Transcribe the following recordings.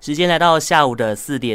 时间来到下午的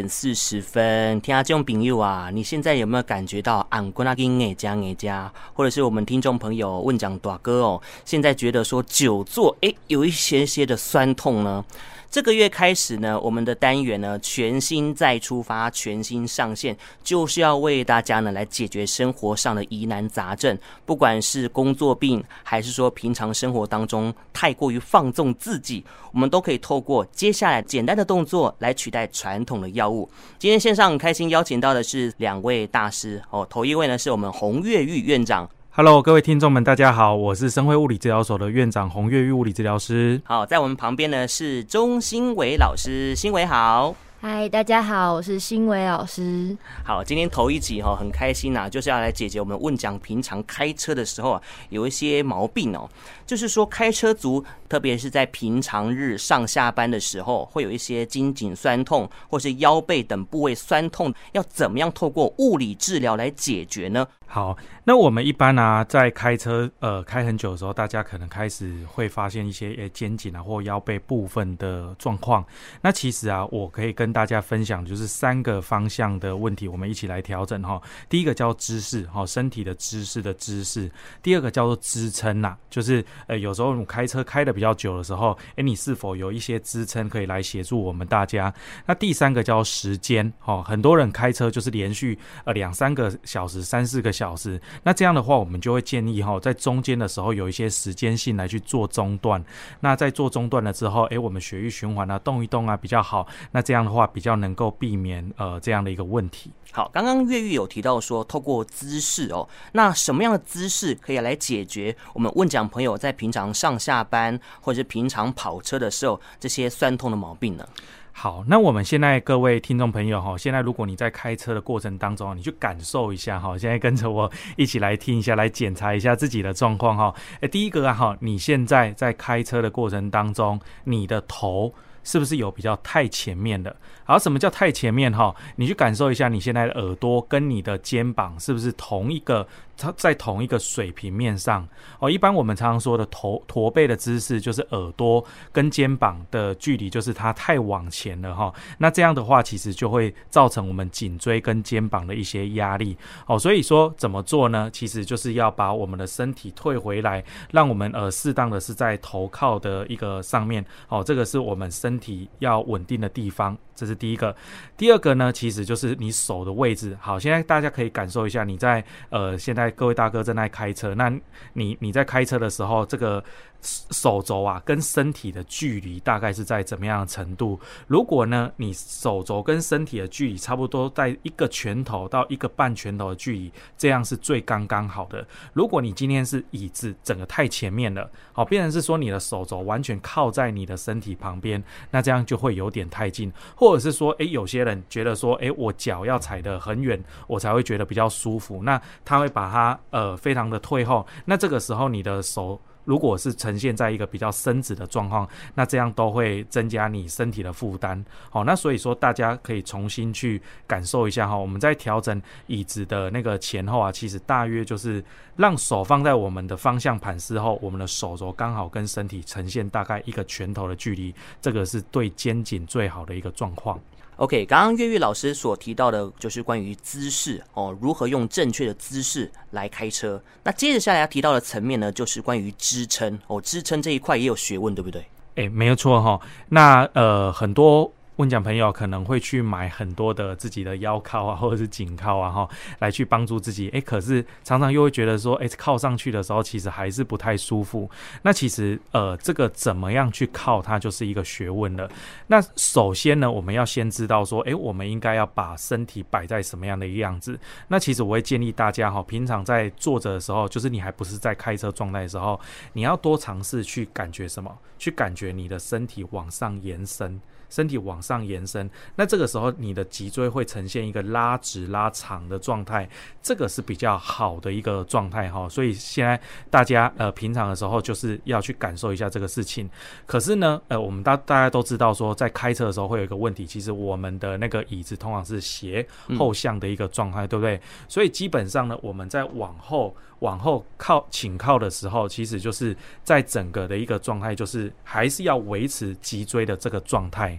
4:40，听众朋友啊，你现在有没有感觉到按过那根眼加，或者是我们听众朋友问讲大哥哦，现在觉得说久坐有一些的酸痛呢？这个月开始呢，我们的单元呢全新再出发，全新上线，就是要为大家呢来解决生活上的疑难杂症，不管是工作病，还是说平常生活当中太过于放纵自己，我们都可以透过接下来简单的动作来取代传统的药物。今天线上很开心邀请到的是2位大师哦，头一位呢是我们洪岳玉院长。 Hello， 各位听众们，大家好，我是生辉物理治疗所的院长洪岳玉物理治疗师。 好，在我们旁边呢是钟新伟老师，新伟好。 嗨，大家好，我是新伟老师。 好，今天头一集很开心啊，就是要来解决我们问讲平常开车的时候有一些毛病哦，就是说开车族，特别是在平常日上下班的时候，会有一些肩颈酸痛或是腰背等部位酸痛，要怎么样透过物理治疗来解决呢？ 好，那我们一般啊，在开车开很久的时候，大家可能开始会发现一些肩颈啊或腰背部分的状况。那其实啊，我可以跟大家分享，就是3个方向的问题，我们一起来调整哈。第一个叫姿势哈，身体的姿势的姿势；第二个叫做支撑呐，就是有时候你开车开的比较久的时候，你是否有一些支撑可以来协助我们大家？那第3个叫时间哈，很多人开车就是连续2-3个小时、3-4个小时，那这样的话，我们就会建议在中间的时候有一些时间性来去做中断。那在做中断了之后，我们血液循环啊，动一动啊比较好。那这样的话，比较能够避免这样的一个问题。 好，刚刚岳玉有提到说，透过姿势哦，那什么样的姿势可以来解决我们问讲朋友在平常上下班或者是平常跑车的时候这些酸痛的毛病呢？ 好，那我们现在各位听众朋友现在如果你在开车的过程当中，你去感受一下现在跟着我一起来听一下，来检查一下自己的状况第一个你现在在开车的过程当中，你的头是不是有比较太前面的？好，什么叫太前面你去感受一下你现在的耳朵跟你的肩膀是不是在同一个水平面上一般我们常常说的驼背的姿势，就是耳朵跟肩膀的距离就是它太往前了那这样的话其实就会造成我们颈椎跟肩膀的一些压力所以说怎么做呢？其实就是要把我们的身体退回来，让我们适当的是在头靠的一个上面这个是我们身体要稳定的地方，这是第一个。第二个呢，其实就是你手的位置。好，现在大家可以感受一下，你在现在各位大哥正在开车，那你在开车的时候，这个手肘啊跟身体的距离大概是在怎么样的程度？如果呢你手肘跟身体的距离差不多在1个拳头到1个半拳头的距离，这样是最刚刚好的。如果你今天是椅子整个太前面了，变成是说你的手肘完全靠在你的身体旁边，那这样就会有点太近。或者是说有些人觉得说我脚要踩得很远我才会觉得比较舒服，那他会把它非常的退后，那这个时候你的手如果是呈现在一个比较伸直的状况，那这样都会增加你身体的负担那所以说大家可以重新去感受一下我们在调整椅子的那个前后其实大约就是让手放在我们的方向盘之后，我们的手肘刚好跟身体呈现大概1个拳头的距离，这个是对肩颈最好的一个状况。 OK， 刚刚岳玉老师所提到的就是关于姿势如何用正确的姿势来开车。那接着下来要提到的层面呢，就是关于支撑支撑这一块也有学问，对不对？ 没有错那很多问讲朋友可能会去买很多的自己的腰靠或者是颈靠来去帮助自己可是常常又会觉得说靠上去的时候其实还是不太舒服。那其实这个怎么样去靠它就是一个学问了。那首先呢，我们要先知道说我们应该要把身体摆在什么样的一个样子。那其实我会建议大家平常在坐着的时候，就是你还不是在开车状态的时候，你要多尝试去感觉什么？去感觉你的身体往上延伸，身体往上延伸，那这个时候你的脊椎会呈现一个拉直拉长的状态，这个是比较好的一个状态所以现在大家平常的时候就是要去感受一下这个事情。可是呢我们大家都知道说在开车的时候会有一个问题，其实我们的那个椅子通常是斜后向的一个状态对不对？所以基本上呢我们在往后倾靠的时候，其实就是在整个的一个状态就是还是要维持脊椎的这个状态。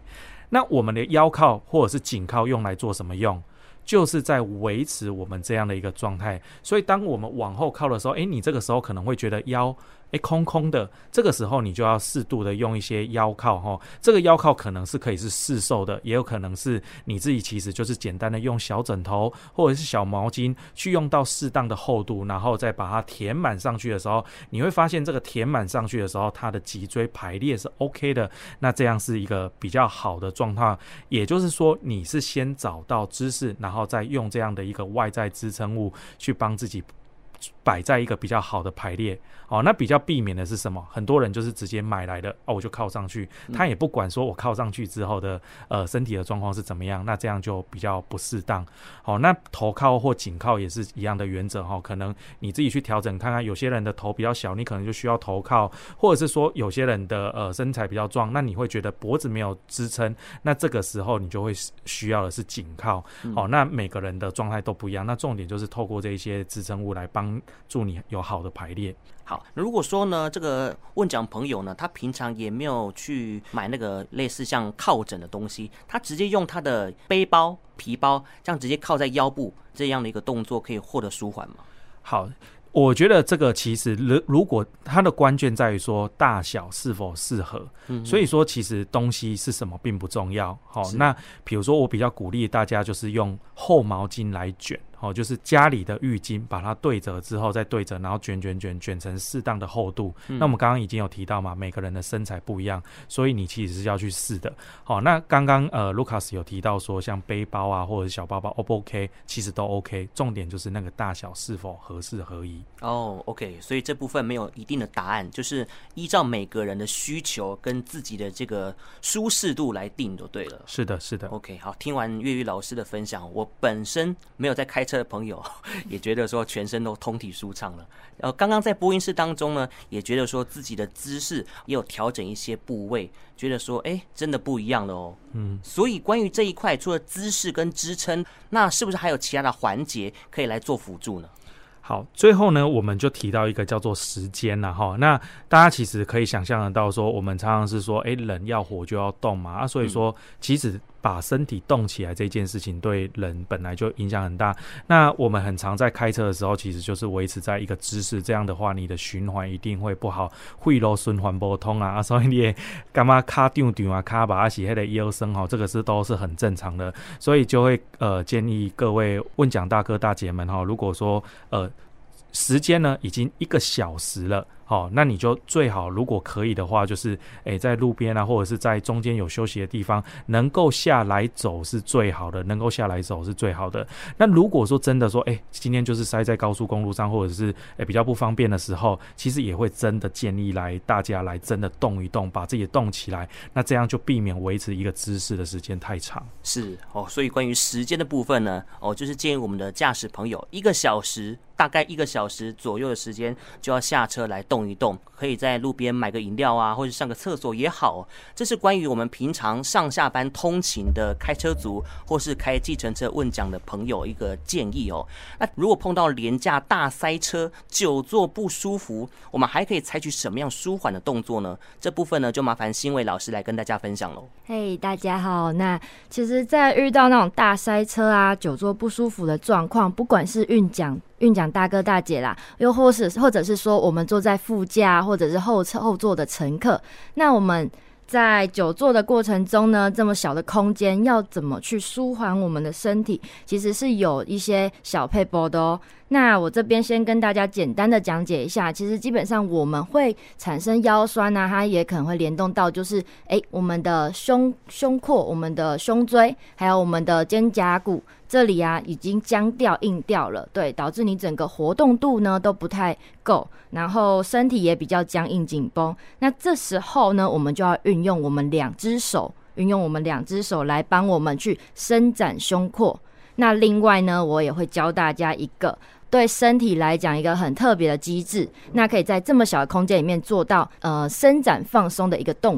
那我们的腰靠或者是颈靠用来做什么用？就是在维持我们这样的一个状态。所以当我们往后靠的时候，你这个时候可能会觉得腰空空的，这个时候你就要适度的用一些腰靠这个腰靠可能是可以是市售的，也有可能是你自己其实就是简单的用小枕头或者是小毛巾去用到适当的厚度，然后再把它填满上去的时候，你会发现这个填满上去的时候，它的脊椎排列是 OK 的，那这样是一个比较好的状况。也就是说你是先找到姿势，然后再用这样的一个外在支撑物去帮自己摆在一个比较好的排列。那比较避免的是什么？很多人就是直接买来的我就靠上去，他也不管说我靠上去之后的身体的状况是怎么样，那这样就比较不适当。那头靠或颈靠也是一样的原则可能你自己去调整看看，有些人的头比较小，你可能就需要头靠，或者是说有些人的身材比较壮，那你会觉得脖子没有支撑，那这个时候你就会需要的是颈靠。那每个人的状态都不一样，那重点就是透过这一些支撑物来帮助你有好的排列。 好，如果说呢，这个问讲朋友呢，他平常也没有去买那个类似像靠枕的东西，他直接用他的背包、皮包这样直接靠在腰部，这样的一个动作可以获得舒缓吗？ 好，我觉得这个其实如果它的关键在于说大小是否适合，所以说其实东西是什么并不重要。那比如说我比较鼓励大家就是用厚毛巾来卷，就是家里的浴巾把它对折之后再对折，然后卷成适当的厚度。那我们刚刚已经有提到嘛，每个人的身材不一样，所以你其实是要去试的。那刚刚Lucas 有提到说像背包啊或者是小包包 O 不 OK， 其实都 OK， 重点就是那个大小是否合适合宜。 OK， 所以这部分没有一定的答案，就是依照每个人的需求跟自己的这个舒适度来定就对了。 是的 OK， 好，听完岳宇老师的分享，我本身没有在开车的朋友也觉得说全身都通体舒畅了。刚刚在播音室当中呢，也觉得说自己的姿势也有调整一些部位，觉得说真的不一样了哦。所以关于这一块，除了姿势跟支撑，那是不是还有其他的环节可以来做辅助呢？ 好，最后呢，我们就提到一个叫做时间啦齁。那大家其实可以想象得到说，我们常常是说，人要活就要动嘛，所以说其实把身体动起来这件事情对人本来就影响很大。那我们很常在开车的时候，其实就是维持在一个姿势，这样的话你的循环一定会不好，血路循环不通啊，所以你也干嘛卡丢丢啊，卡把是那个腰酸这个都是很正常的。所以就会建议各位问讲大哥大姐们如果说时间呢已经1个小时了，那你就最好如果可以的话，就是在路边啊，或者是在中间有休息的地方，能够下来走是最好的，那如果说真的说今天就是塞在高速公路上，或者是比较不方便的时候，其实也会真的建议大家来真的动一动，把自己动起来，那这样就避免维持一个姿势的时间太长。 是所以关于时间的部分呢，就是建议我们的驾驶朋友1个小时，大概1个小时左右的时间就要下车来动一动，可以在路边买个饮料啊，或者上个厕所也好。这是关于我们平常上下班通勤的开车族或是开计程车问讲的朋友一个建议哦。那如果碰到连假大塞车，久坐不舒服，我们还可以采取什么样舒缓的动作呢？这部分呢，就麻烦欣伟老师来跟大家分享喽。 大家好。那其实在遇到那种大塞车啊，久坐不舒服的状况，不管是运讲大哥大姐啦，又或者是说我们坐在副驾或者是后座的乘客，那我们在久坐的过程中呢，这么小的空间要怎么去舒缓我们的身体，其实是有一些小撇步的哦。那我这边先跟大家简单的讲解一下，其实基本上我们会产生腰酸啊，它也可能会联动到就是我们的胸廓、我们的胸椎还有我们的肩胛骨这里啊已经僵掉硬掉了，对，导致你整个活动度呢都不太够，然后身体也比较僵硬紧绷。那这时候呢，我们就要运用我们两只手来帮我们去伸展胸廓。那另外呢，我也会教大家一个对身体来讲一个很特别的机制，那可以在这么小的空间里面做到伸展放松的一个动作。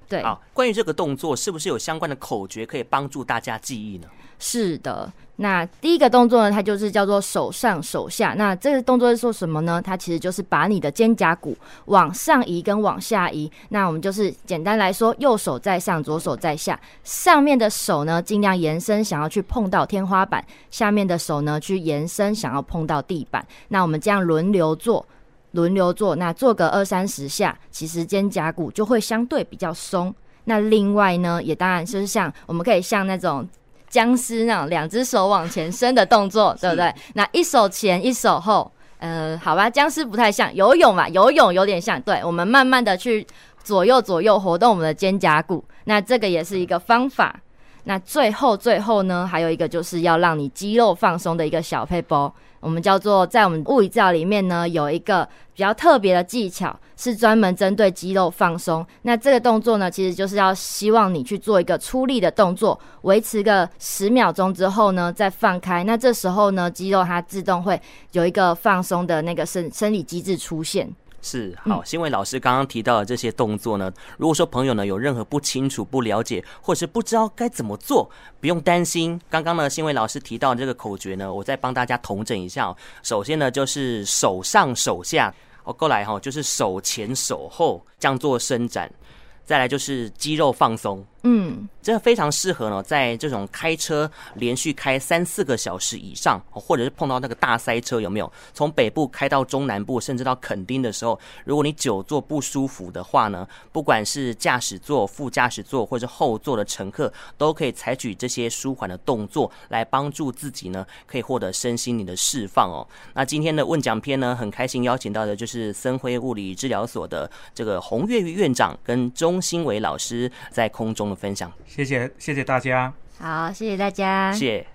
对， 好，关于这个动作，是不是有相关的口诀可以帮助大家记忆呢？ 是的，那第一个动作呢，它就是叫做手上手下。那这个动作是做什么呢？它其实就是把你的肩胛骨往上移跟往下移。那我们就是简单来说，右手在上，左手在下。上面的手呢，尽量延伸，想要去碰到天花板；下面的手呢，去延伸，想要碰到地板。那我们这样轮流做。那做个20-30下，其实肩胛骨就会相对比较松。那另外呢，也当然就是我们可以像那种僵尸那种2只手往前伸的动作，对不对？那一手前一手后，好吧，僵尸不太像，游泳嘛，游泳有点像。对，我们慢慢的去左右活动我们的肩胛骨，那这个也是一个方法。那最后呢，还有一个就是要让你肌肉放松的一个小撇步，我们叫做在我们物理治疗里面呢，有一个比较特别的技巧，是专门针对肌肉放松。那这个动作呢，其实就是要希望你去做一个出力的动作，维持个10秒钟之后呢，再放开。那这时候呢，肌肉它自动会有一个放松的那个生理机制出现。 是，好，欣慰老师刚刚提到的这些动作呢，如果说朋友呢有任何不清楚、不了解，或者是不知道该怎么做，不用担心。刚刚呢，欣慰老师提到的这个口诀呢，我再帮大家统整一下。首先呢，就是手上手下，过来就是手前手后这样做伸展。再来就是肌肉放松，这非常适合呢，在这种开车连续开3-4个小时以上，或者是碰到那个大塞车，有没有？从北部开到中南部，甚至到垦丁的时候，如果你久坐不舒服的话呢，不管是驾驶座、副驾驶座或者后座的乘客，都可以采取这些舒缓的动作来帮助自己呢，可以获得身心灵的释放哦。那今天的问讲篇呢，很开心邀请到的就是森辉物理治疗所的这个洪月玉院长跟钟欣伟老师在空中的分享。 谢谢大家。 好，谢谢大家， 谢谢。